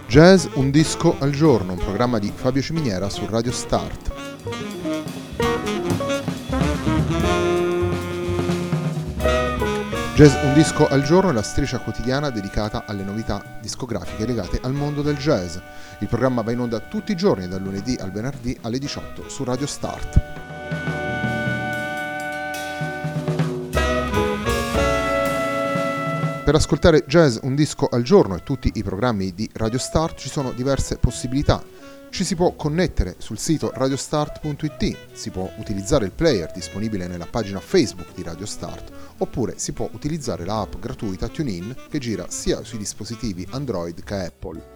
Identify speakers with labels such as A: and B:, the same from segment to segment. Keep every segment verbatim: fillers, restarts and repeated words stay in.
A: Jazz un disco al giorno, un programma di Fabio Ciminiera su Radio Start. Jazz un disco al giorno è la striscia quotidiana dedicata alle novità discografiche legate al mondo del jazz. Il programma va in onda tutti i giorni, dal lunedì al venerdì alle diciotto su Radio Start. Per ascoltare Jazz un disco al giorno e tutti i programmi di Radio Start ci sono diverse possibilità. Ci si può connettere sul sito radiostart punto it, si può utilizzare il player disponibile nella pagina Facebook di Radio Start, oppure si può utilizzare la app gratuita TuneIn che gira sia sui dispositivi Android che Apple.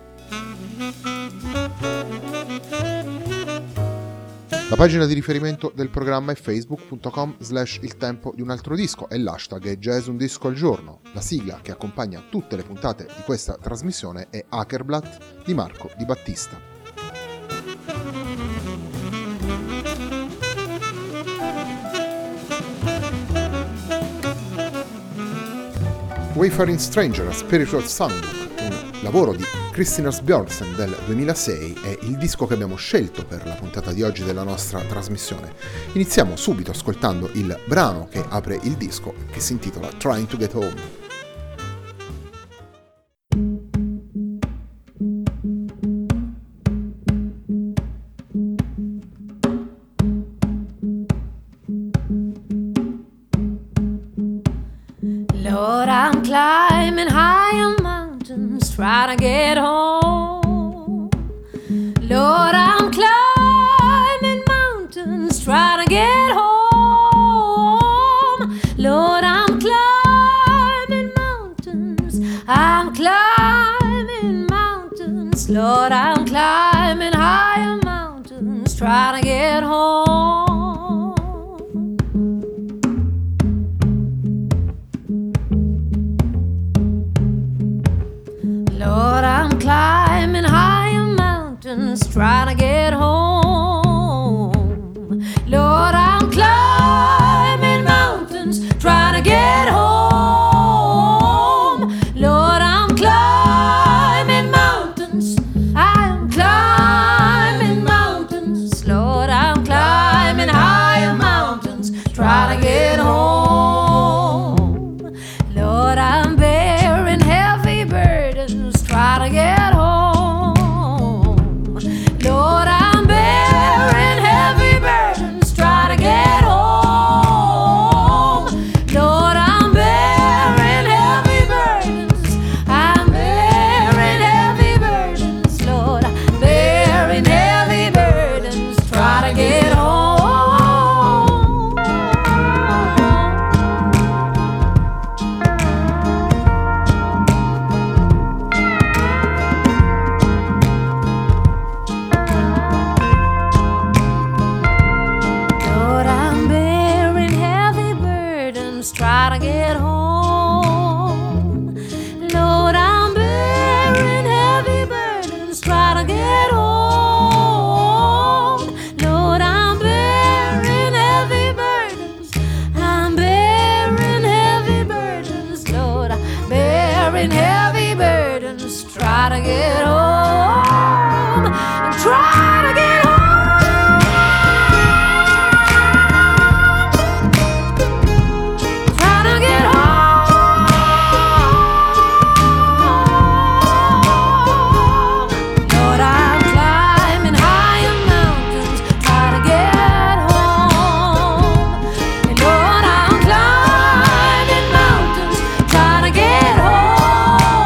A: La pagina di riferimento del programma è facebook punto com slash il tempo di un altro disco e l'hashtag è Jazz un disco al giorno. La sigla che accompagna tutte le puntate di questa trasmissione è Hackerblatt di Marco Di Battista. Wayfaring Stranger, A Spiritual Songbook, un lavoro di Christina Björnsen del duemilasei, è il disco che abbiamo scelto per la puntata di oggi della nostra trasmissione. Iniziamo subito ascoltando il brano che apre il disco, che si intitola Trying to Get Home.
B: Lord, I'm climbing higher mountains, trying to get home. Lord, I'm climbing mountains, trying to get home. Lord, I'm climbing mountains, I'm climbing mountains. Lord, I'm climbing higher mountains, trying to get home. Lord, I'm climbing higher mountains, trying to get home. Lord, I'm climbing mountains, trying to get home. Lord, I'm climbing mountains, I am climbing mountains. Lord, I'm climbing higher mountains, trying to get home. Lord, I'm bearing heavy burdens, try to get home. Lord, I'm bearing heavy burdens, try to get home. Lord, I'm bearing heavy burdens, I'm bearing heavy burdens. Lord, I'm bearing heavy burdens, try to get home. Lord, I'm bearing heavy burdens, try to get home. Lord, I'm bearing heavy burdens, try to get home. Lord, I'm bearing heavy burdens, I'm bearing heavy burdens. Lord, I'm bearing heavy burdens, try to get home. Try to get home. Try to get home. Lord, I'm climbing higher mountains, try to get home. And Lord, I'm climbing mountains, try to get home.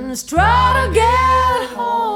B: burdens, try to get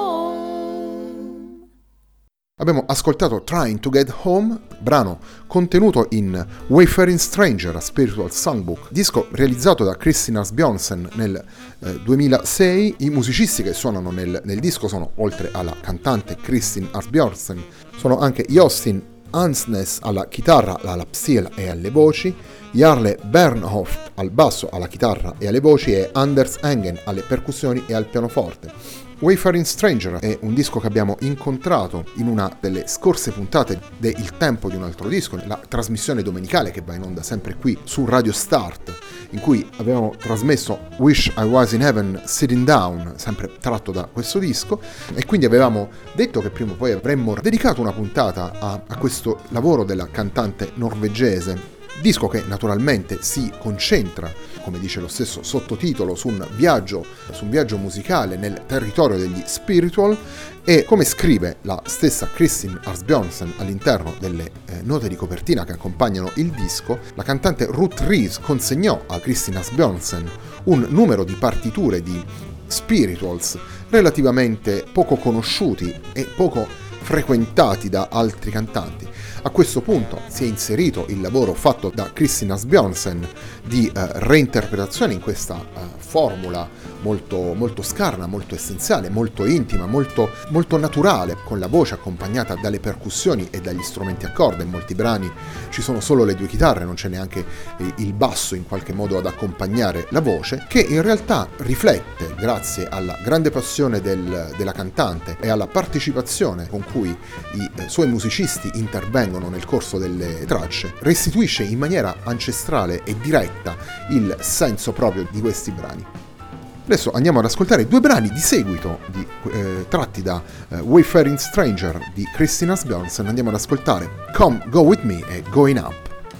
B: home.
A: Abbiamo ascoltato Trying to Get Home, brano contenuto in Wayfaring Stranger, a Spiritual Songbook, disco realizzato da Kristin Asbjørnsen nel eh, duemilasei. I musicisti che suonano nel, nel disco sono, oltre alla cantante Kristin Asbjørnsen, sono anche Jostein Ansnes alla chitarra, alla psil e alle voci, Jarle Bernhoft al basso, alla chitarra e alle voci e Anders Engen alle percussioni e al pianoforte. Wayfaring Stranger è un disco che abbiamo incontrato in una delle scorse puntate de Il Tempo di un altro disco, la trasmissione domenicale che va in onda sempre qui su Radio Start, in cui abbiamo trasmesso Wish I Was in Heaven Sitting Down, sempre tratto da questo disco, e quindi avevamo detto che prima o poi avremmo dedicato una puntata a, a questo lavoro della cantante norvegese. Disco che naturalmente si concentra, come dice lo stesso sottotitolo, su un viaggio, su un viaggio musicale nel territorio degli spiritual, e come scrive la stessa Kristin Asbjørnsen all'interno delle eh, note di copertina che accompagnano il disco, la cantante Ruth Rees consegnò a Kristin Asbjørnsen un numero di partiture di spirituals relativamente poco conosciuti e poco frequentati da altri cantanti. A questo punto si è inserito il lavoro fatto da Kristin Asbjørnsen di eh, reinterpretazione in questa eh, formula molto, molto scarna, molto essenziale, molto intima, molto, molto naturale, con la voce accompagnata dalle percussioni e dagli strumenti a corda. In molti brani ci sono solo le due chitarre, non c'è neanche eh, il basso in qualche modo ad accompagnare la voce, che in realtà riflette, grazie alla grande passione del, della cantante e alla partecipazione con cui i eh, suoi musicisti intervengono nel corso delle tracce, restituisce in maniera ancestrale e diretta il senso proprio di questi brani. Adesso andiamo ad ascoltare due brani di seguito di, eh, tratti da eh, Wayfaring Stranger di Kristin Asbjørnsen. Andiamo ad ascoltare Come Go With Me e Going Up.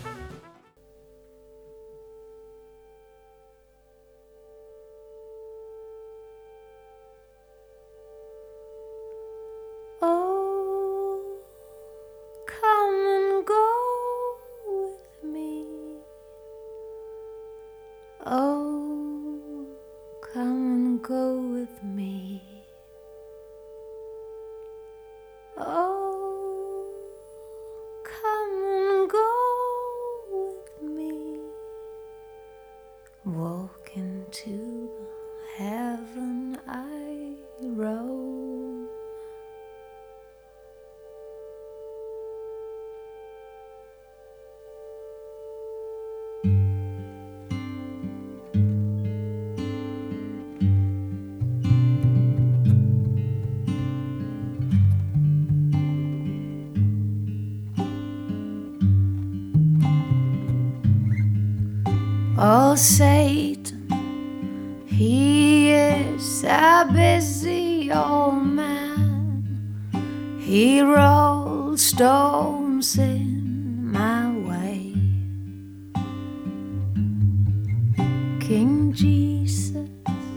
B: Oh, Satan, he is a busy old man. He rolls stones in my way. King Jesus,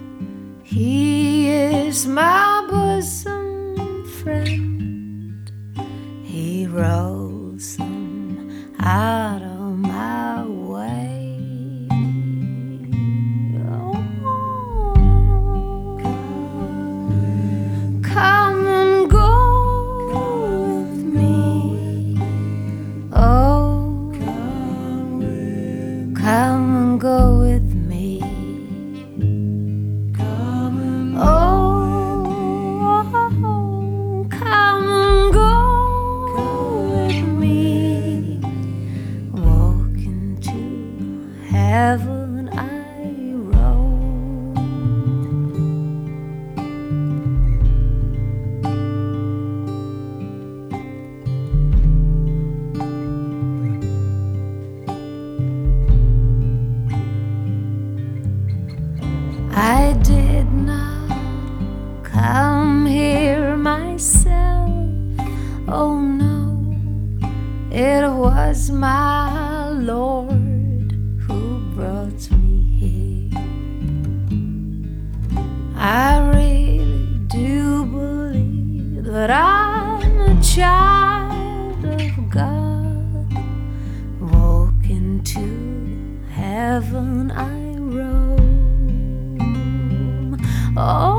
B: he is my bosom friend. He rolls them out of my way. Go with me. Come and oh, come and go, go with me. Walk into heaven I roam. I did not come here myself, oh no, it was my Lord who brought me here. I really do believe that I'm a child of God. Walk into heaven I roam. Oh,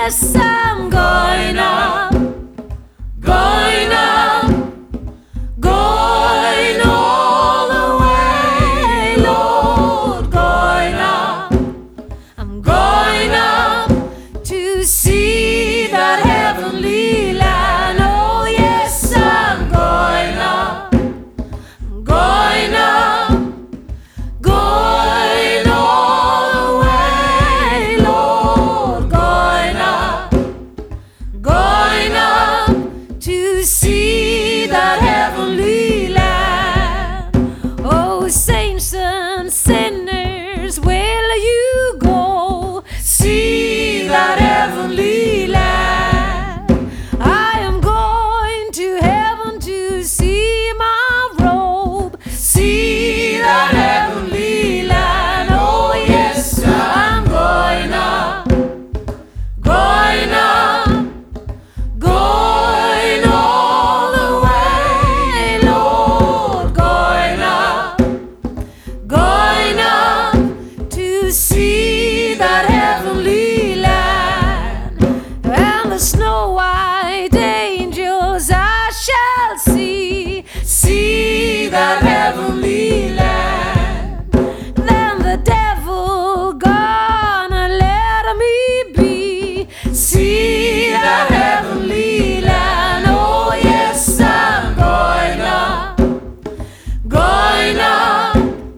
B: yes, I'm going up, going up, going all the way, Lord, going up. I'm going up to see that heavenly land. Oh, yes, I'm going up, going up, going all the way, Lord, going up, going up to see that heavenly land. Oh, saints and sinners, will you go see that heavenly land? I am going to heaven to see my robe, see that heavenly land. Oh, yes, I'm going up, going up, going all the way, Lord, going up, going up to see that heavenly land. And the snow white angels I shall see, see that heavenly land. Then the devil gonna let me be, see that heavenly land. Oh, yes, I'm going up, going up,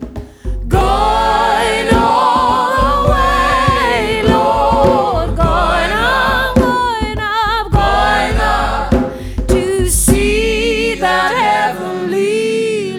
B: going all the way, Lord, going up, going up, going up to see that heavenly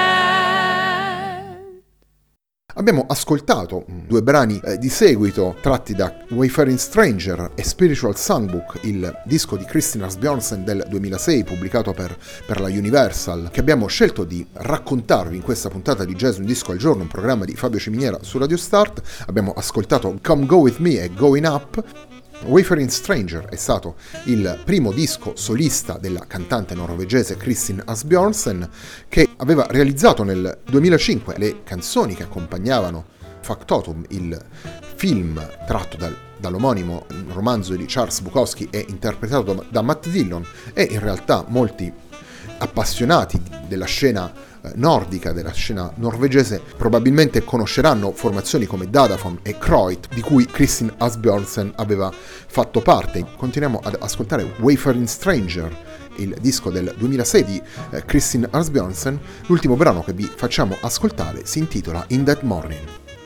B: land.
A: Abbiamo ascoltato due brani eh, di seguito tratti da Wayfaring Stranger e Spiritual Songbook, il disco di Kristin Asbjornsen del duemilasei pubblicato per, per la Universal, che abbiamo scelto di raccontarvi in questa puntata di Jazz Un Disco al Giorno, un programma di Fabio Ciminiera su Radio Start. Abbiamo ascoltato Come Go With Me e Going Up. Wayfaring Stranger è stato il primo disco solista della cantante norvegese Kristin Asbjornsen, che aveva realizzato nel duemilacinque le canzoni che accompagnavano Factotum, il film tratto dal, dall'omonimo romanzo di Charles Bukowski e interpretato da, da Matt Dillon, e in realtà molti appassionati della scena eh, nordica, della scena norvegese, probabilmente conosceranno formazioni come Dadaphon e Kroit, di cui Kristin Asbjornsen aveva fatto parte. Continuiamo ad ascoltare Wayfaring Stranger, il disco del duemilasei di eh, Kristin Asbjornsen. L'ultimo brano che vi facciamo ascoltare si intitola In That Morning.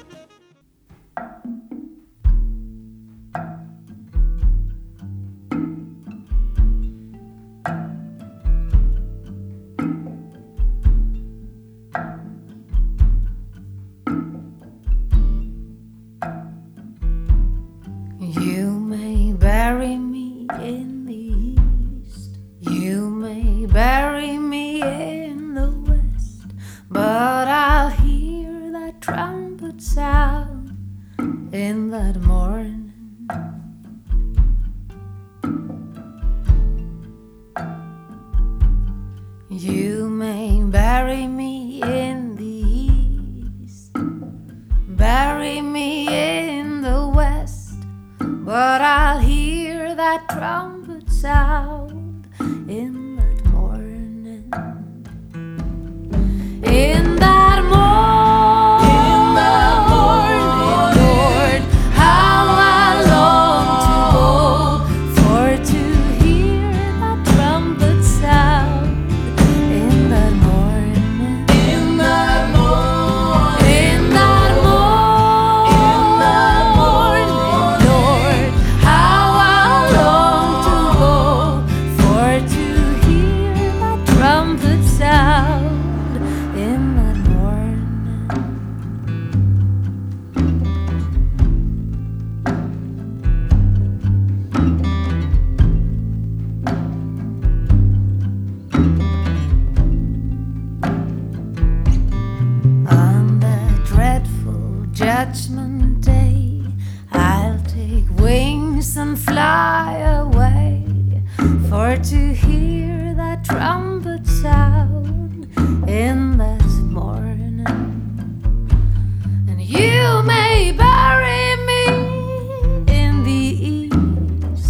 B: You may bury me in the east, you may bury me in the west, but I'll hear that trumpet sound in that morning. You may bury me in the east, bury me in the west, but I'll hear that trumpet sound in that morning. In that morning, in that morning, Lord, how I long to go for to hear that trumpet sound in that morning. In that morning, in that morning, in that morning, Lord, how I long to go for to hear that trumpet sound in that morning. On that dreadful judgment day, I'll take wings and fly away, for to hear that trumpet sound in that morning. And you may bury me in the east,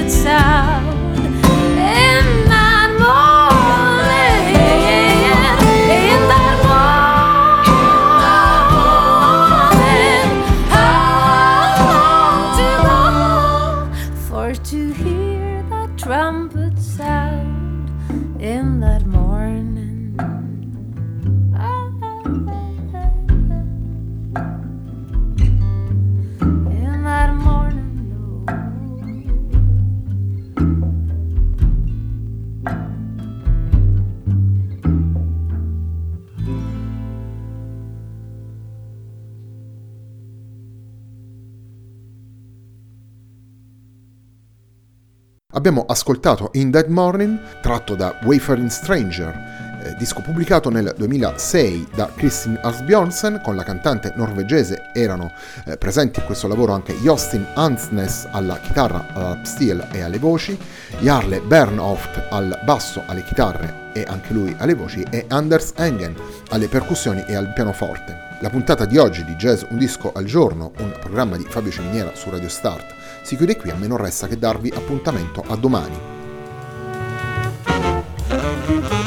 B: trumpet sound in that morning, in that morning. How long to go for to hear that trumpet sound in that morning? In that morning,
A: Abbiamo ascoltato In That Morning, tratto da Wayfaring Stranger, eh, disco pubblicato nel duemilasei da Kristin Asbjørnsen. Con la cantante norvegese erano eh, presenti in questo lavoro anche Jostein Hansnes alla chitarra, all'upsteel e alle voci, Jarle Bernhoft al basso, alle chitarre e anche lui alle voci, e Anders Engen alle percussioni e al pianoforte. La puntata di oggi di Jazz Un Disco al Giorno, un programma di Fabio Ciminiera su Radio Start, si chiude qui. A me non resta che darvi appuntamento a domani.